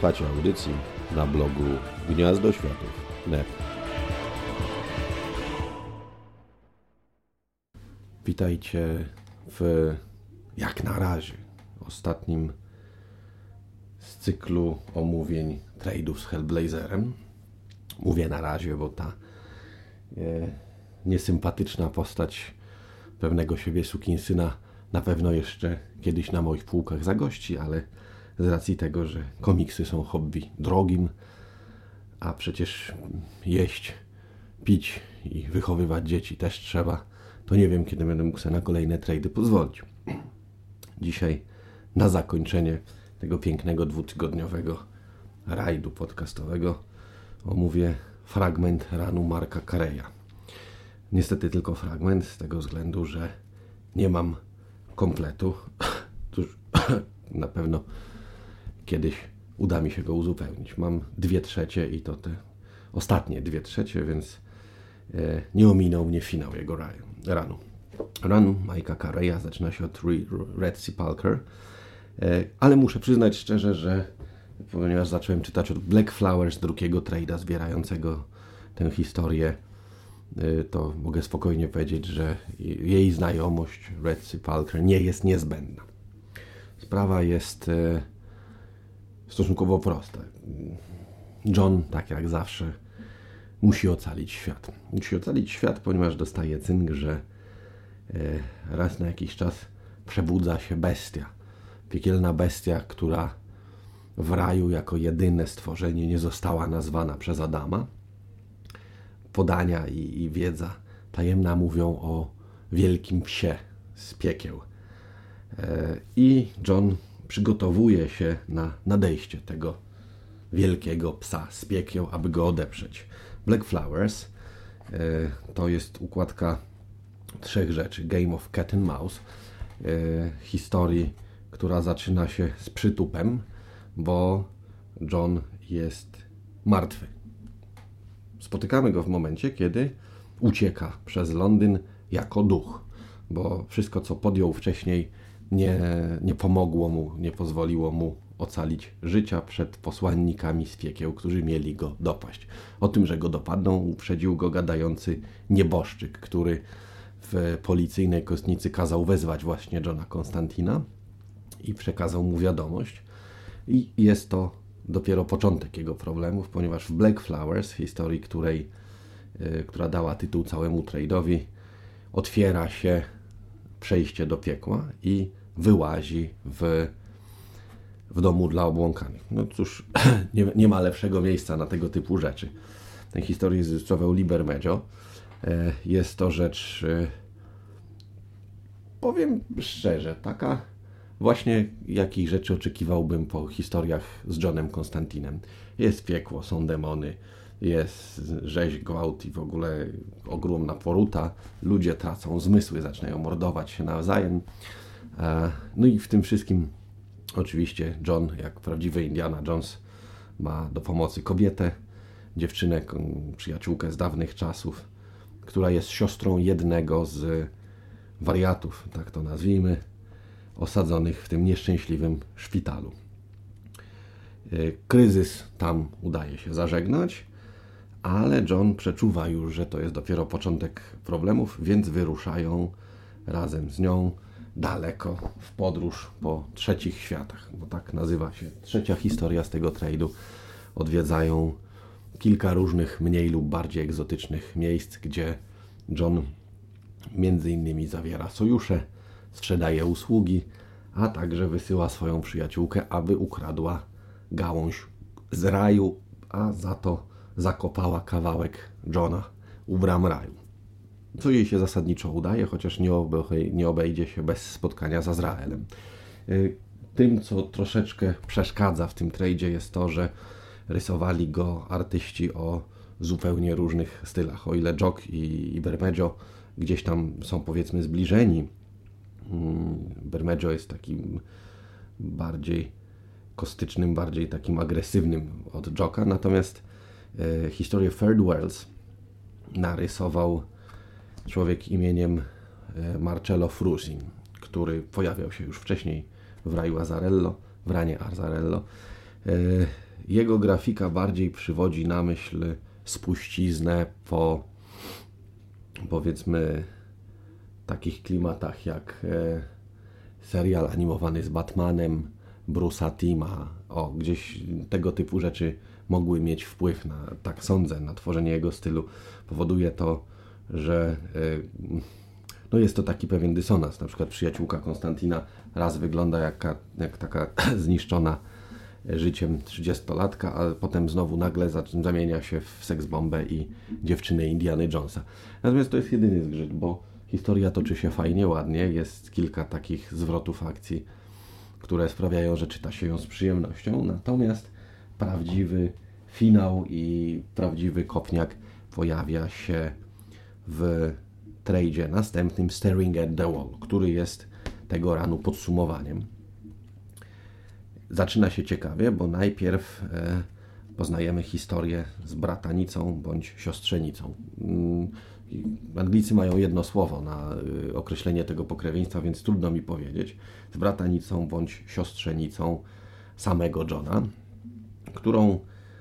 Słuchacie audycji na blogu gniazdoświatów.net. Witajcie w, jak na razie, ostatnim z cyklu omówień trade'ów z Hellblazerem. Mówię na razie, bo ta niesympatyczna postać pewnego siebie sukinsyna na pewno jeszcze kiedyś na moich półkach zagości, ale z racji tego, że komiksy są hobby drogim, a przecież jeść, pić i wychowywać dzieci też trzeba, to nie wiem, kiedy będę mógł sobie na kolejne trade'y pozwolić. Dzisiaj na zakończenie tego pięknego dwutygodniowego rajdu podcastowego omówię fragment runu Marka Carreya. Niestety tylko fragment, z tego względu, że nie mam kompletu. Cóż, na pewno kiedyś uda mi się go uzupełnić. Mam 2/3 i to te ostatnie 2/3, więc nie ominął mnie finał jego runu. Run Mike'a Carreya zaczyna się od Red Sepulchre, ale muszę przyznać szczerze, że ponieważ zacząłem czytać od Black Flowers, drugiego trade'a zbierającego tę historię, to mogę spokojnie powiedzieć, że jej znajomość Red Sepulchre nie jest niezbędna. Sprawa jest stosunkowo prosta. John, tak jak zawsze, musi ocalić świat. Musi ocalić świat, ponieważ dostaje cynk, że raz na jakiś czas przebudza się bestia. Piekielna bestia, która w raju jako jedyne stworzenie nie została nazwana przez Adama. Podania i wiedza tajemna mówią o wielkim psie z piekieł. I John przygotowuje się na nadejście tego wielkiego psa z piekieł, aby go odeprzeć. Black Flowers to jest układka 3 rzeczy. Game of Cat and Mouse, historii, która zaczyna się z przytupem, bo John jest martwy. Spotykamy go w momencie, kiedy ucieka przez Londyn jako duch, bo wszystko, co podjął wcześniej, nie pomogło mu, nie pozwoliło mu ocalić życia przed posłannikami z piekieł, którzy mieli go dopaść. O tym, że go dopadną, uprzedził go gadający nieboszczyk, który w policyjnej kostnicy kazał wezwać właśnie Johna Konstantina i przekazał mu wiadomość. I jest to dopiero początek jego problemów, ponieważ w Black Flowers, historii, która dała tytuł całemu trade'owi, otwiera się przejście do piekła i wyłazi w domu dla obłąkanych. No cóż, nie ma lepszego miejsca na tego typu rzeczy. Tę historię zilustrował Liber Medio. Jest to rzecz, powiem szczerze, taka właśnie jakich rzeczy oczekiwałbym po historiach z Johnem Konstantinem. Jest piekło, są demony, jest rzeź, gwałt i w ogóle ogromna poruta. Ludzie tracą zmysły, zaczynają mordować się nawzajem. No i w tym wszystkim oczywiście John, jak prawdziwy Indiana Jones, ma do pomocy kobietę, dziewczynę, przyjaciółkę z dawnych czasów, która jest siostrą jednego z wariatów, tak to nazwijmy, osadzonych w tym nieszczęśliwym szpitalu. Kryzys tam udaje się zażegnać, ale John przeczuwa już, że to jest dopiero początek problemów, więc wyruszają razem z nią daleko w podróż po trzecich światach, bo tak nazywa się trzecia historia z tego trade'u. Odwiedzają kilka różnych mniej lub bardziej egzotycznych miejsc, gdzie John między innymi zawiera sojusze, sprzedaje usługi, a także wysyła swoją przyjaciółkę, aby ukradła gałąź z raju, a za to zakopała kawałek Johna u bram raju. Co jej się zasadniczo udaje, chociaż nie obejdzie się bez spotkania z Azraelem. Tym, co troszeczkę przeszkadza w tym trade'zie, jest to, że rysowali go artyści o zupełnie różnych stylach. O ile Jock i Bermejo gdzieś tam są, powiedzmy, zbliżeni, Bermejo jest takim bardziej kostycznym, bardziej takim agresywnym od Jocka, natomiast historię Third Worlds narysował człowiek imieniem Marcello Frusin, który pojawiał się już wcześniej w raju Azzarello, w ranie Azzarello. jego grafika bardziej przywodzi na myśl spuściznę po, powiedzmy, takich klimatach jak serial animowany z Batmanem, Bruce'a Tima. Gdzieś tego typu rzeczy mogły mieć wpływ tak sądzę, na tworzenie jego stylu. Powoduje to, że jest to taki pewien dysonans. Na przykład Przyjaciółka Konstantina raz wygląda jak taka zniszczona życiem 30-latka, a potem znowu nagle zamienia się w seksbombę i dziewczynę Indiana Jonesa. Natomiast to jest jedyny zgrzyt, bo historia toczy się fajnie, ładnie. Jest kilka takich zwrotów akcji, które sprawiają, że czyta się ją z przyjemnością. Natomiast prawdziwy finał i prawdziwy kopniak pojawia się w tradzie następnym Staring at the Wall, który jest tego ranu podsumowaniem. Zaczyna się ciekawie, bo najpierw poznajemy historię z bratanicą bądź siostrzenicą. Anglicy mają jedno słowo na określenie tego pokrewieństwa, więc trudno mi powiedzieć. Z bratanicą bądź siostrzenicą samego Johna, którą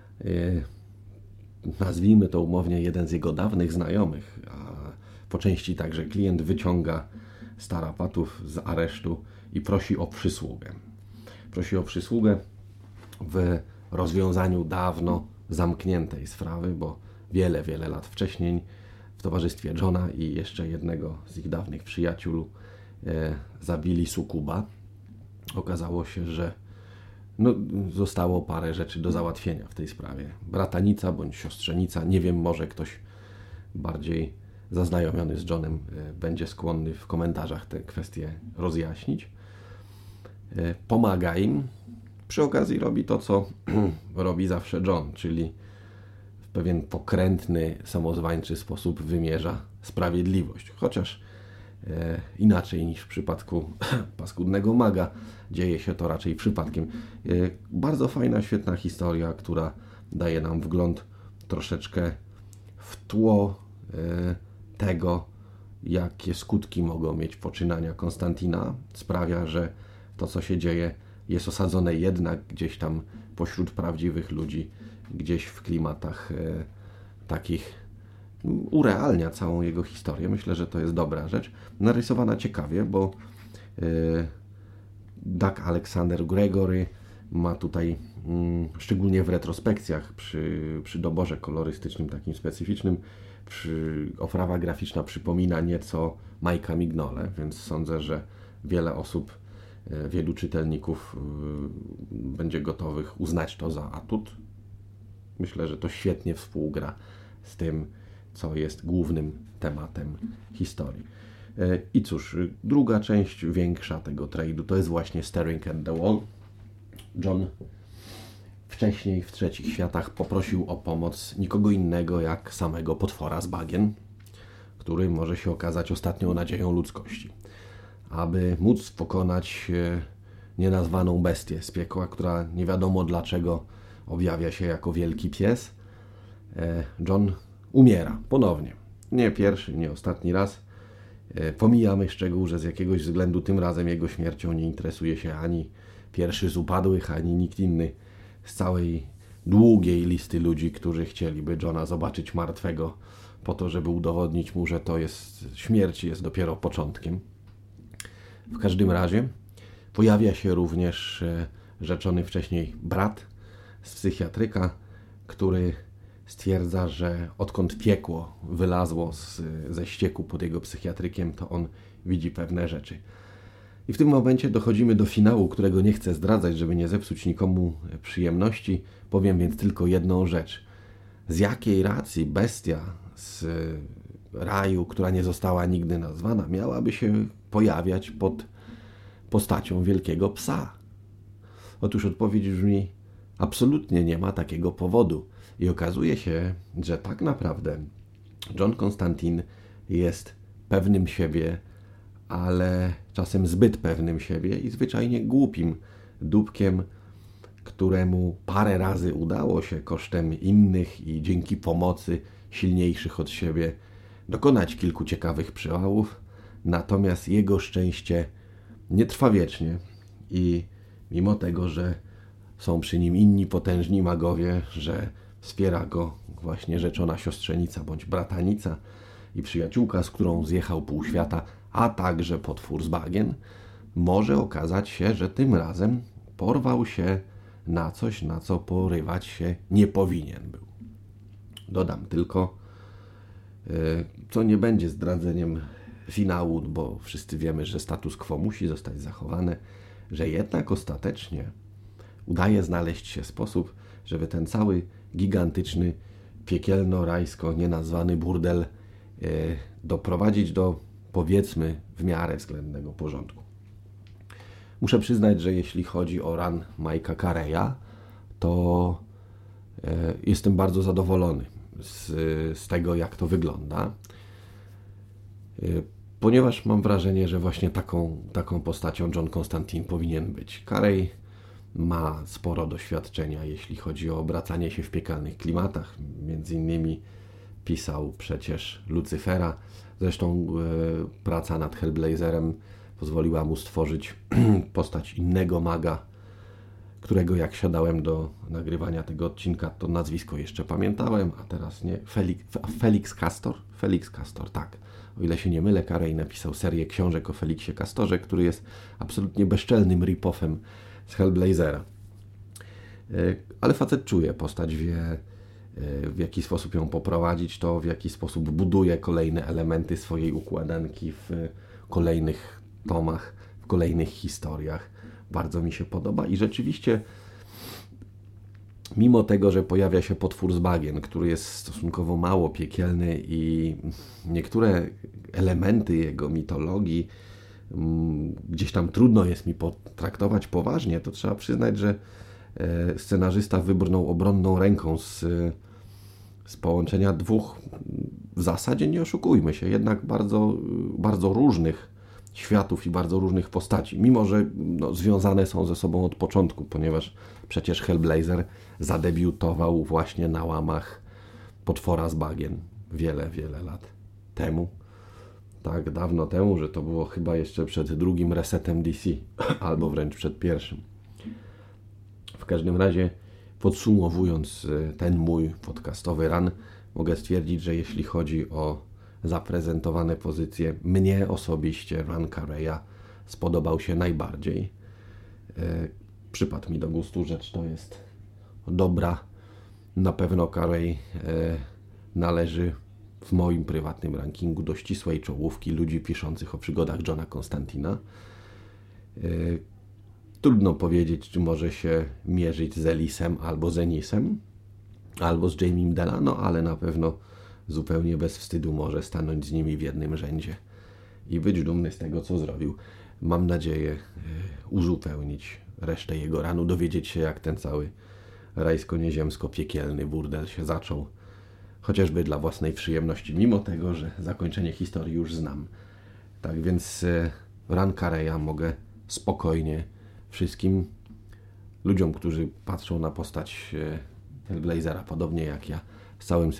nazwijmy to umownie jeden z jego dawnych znajomych, a po części także klient, wyciąga z tarapatów z aresztu i prosi o przysługę. Prosi o przysługę w rozwiązaniu dawno zamkniętej sprawy, bo wiele lat wcześniej w towarzystwie Johna i jeszcze jednego z ich dawnych przyjaciół zabili sukuba. Okazało się, że zostało parę rzeczy do załatwienia w tej sprawie. Bratanica bądź siostrzenica, nie wiem, może ktoś bardziej zaznajomiony z Johnem będzie skłonny w komentarzach te kwestie rozjaśnić. Pomaga im. Przy okazji robi to, co robi zawsze John, czyli w pewien pokrętny, samozwańczy sposób wymierza sprawiedliwość. Chociaż inaczej niż w przypadku paskudnego maga, dzieje się to raczej przypadkiem. Bardzo fajna, świetna historia, która daje nam wgląd troszeczkę w tło tego, jakie skutki mogą mieć poczynania Konstantina. Sprawia, że to, co się dzieje, jest osadzone jednak gdzieś tam pośród prawdziwych ludzi, gdzieś w klimatach takich, urealnia całą jego historię. Myślę, że to jest dobra rzecz. Narysowana ciekawie, bo Doug Alexander Gregory ma tutaj, szczególnie w retrospekcjach, przy doborze kolorystycznym takim specyficznym, oprawa graficzna przypomina nieco Mike'a Mignole, więc sądzę, że wiele osób, wielu czytelników będzie gotowych uznać to za atut. Myślę, że to świetnie współgra z tym, co jest głównym tematem historii. I cóż, druga część większa tego trade'u to jest właśnie Staring at the Wall. John wcześniej w Trzecich Światach poprosił o pomoc nikogo innego jak samego potwora z bagien, który może się okazać ostatnią nadzieją ludzkości. Aby móc pokonać nienazwaną bestię z piekła, która nie wiadomo dlaczego objawia się jako wielki pies, John umiera ponownie. Nie pierwszy, nie ostatni raz. Pomijamy szczegół, że z jakiegoś względu tym razem jego śmiercią nie interesuje się ani pierwszy z upadłych, ani nikt inny z całej długiej listy ludzi, którzy chcieliby Johna zobaczyć martwego po to, żeby udowodnić mu, że śmierć jest dopiero początkiem. W każdym razie pojawia się również rzeczony wcześniej brat z psychiatryka, który stwierdza, że odkąd piekło wylazło ze ścieku pod jego psychiatrykiem, to on widzi pewne rzeczy. I w tym momencie dochodzimy do finału, którego nie chcę zdradzać, żeby nie zepsuć nikomu przyjemności. Powiem więc tylko jedną rzecz. Z jakiej racji bestia z raju, która nie została nigdy nazwana, miałaby się pojawiać pod postacią wielkiego psa? Otóż odpowiedź brzmi: absolutnie nie ma takiego powodu. I okazuje się, że tak naprawdę John Constantine jest pewnym siebie, ale czasem zbyt pewnym siebie i zwyczajnie głupim dupkiem, któremu parę razy udało się kosztem innych i dzięki pomocy silniejszych od siebie dokonać kilku ciekawych przywałów, natomiast jego szczęście nie trwa wiecznie i mimo tego, że są przy nim inni potężni magowie, że wspiera go właśnie rzeczona siostrzenica bądź bratanica i przyjaciółka, z którą zjechał pół świata, a także potwór z bagien, może okazać się, że tym razem porwał się na coś, na co porywać się nie powinien był. Dodam tylko, co nie będzie zdradzeniem finału, bo wszyscy wiemy, że status quo musi zostać zachowane, że jednak ostatecznie udaje znaleźć się sposób, żeby ten cały gigantyczny, piekielno-rajsko nienazwany burdel doprowadzić do, powiedzmy, w miarę względnego porządku. Muszę przyznać, że jeśli chodzi o run Mike'a Carey'a, to jestem bardzo zadowolony z tego, jak to wygląda, ponieważ mam wrażenie, że właśnie taką postacią John Constantine powinien być. Carey ma sporo doświadczenia, jeśli chodzi o obracanie się w piekielnych klimatach. Między innymi pisał przecież Lucyfera. Zresztą praca nad Hellblazerem pozwoliła mu stworzyć postać innego maga, którego jak siadałem do nagrywania tego odcinka, to nazwisko jeszcze pamiętałem, a teraz nie. Felix Castor? Felix Castor, tak. O ile się nie mylę, Carey napisał serię książek o Felixie Castorze, który jest absolutnie bezczelnym rip-offem z Hellblazera. Ale facet czuje postać, wie w jaki sposób ją poprowadzić, to w jaki sposób buduje kolejne elementy swojej układanki w kolejnych tomach, w kolejnych historiach. Bardzo mi się podoba i rzeczywiście mimo tego, że pojawia się potwór z bagien, który jest stosunkowo mało piekielny i niektóre elementy jego mitologii gdzieś tam trudno jest mi potraktować poważnie, to trzeba przyznać, że scenarzysta wybrnął obronną ręką z połączenia dwóch, w zasadzie nie oszukujmy się, jednak bardzo, bardzo różnych światów i bardzo różnych postaci, mimo że związane są ze sobą od początku, ponieważ przecież Hellblazer zadebiutował właśnie na łamach potwora z bagien wiele, wiele lat temu. Tak dawno temu, że to było chyba jeszcze przed drugim resetem DC, albo wręcz przed pierwszym. W każdym razie, podsumowując ten mój podcastowy run, mogę stwierdzić, że jeśli chodzi o zaprezentowane pozycje, mnie osobiście run Carey'a spodobał się najbardziej. Przypadł mi do gustu, rzecz to jest dobra. Na pewno Carey należy w moim prywatnym rankingu do ścisłej czołówki ludzi piszących o przygodach Johna Constantina. Trudno powiedzieć, czy może się mierzyć z Elisem albo z Ennisem, albo z Jamie'em Delano, ale na pewno zupełnie bez wstydu może stanąć z nimi w jednym rzędzie i być dumny z tego, co zrobił. Mam nadzieję uzupełnić resztę jego ranu, dowiedzieć się, jak ten cały rajsko-nieziemsko-piekielny burdel się zaczął, chociażby dla własnej przyjemności, mimo tego, że zakończenie historii już znam. Tak więc run Carey'a mogę spokojnie wszystkim ludziom, którzy patrzą na postać Hellblazera podobnie jak ja, z całym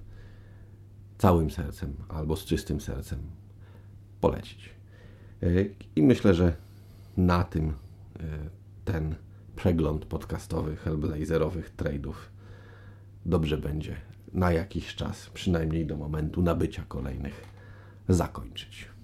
sercem albo z czystym sercem polecić. I myślę, że na tym ten przegląd podcastowy Hellblazerowych trade'ów dobrze będzie na jakiś czas, przynajmniej do momentu nabycia kolejnych, zakończyć.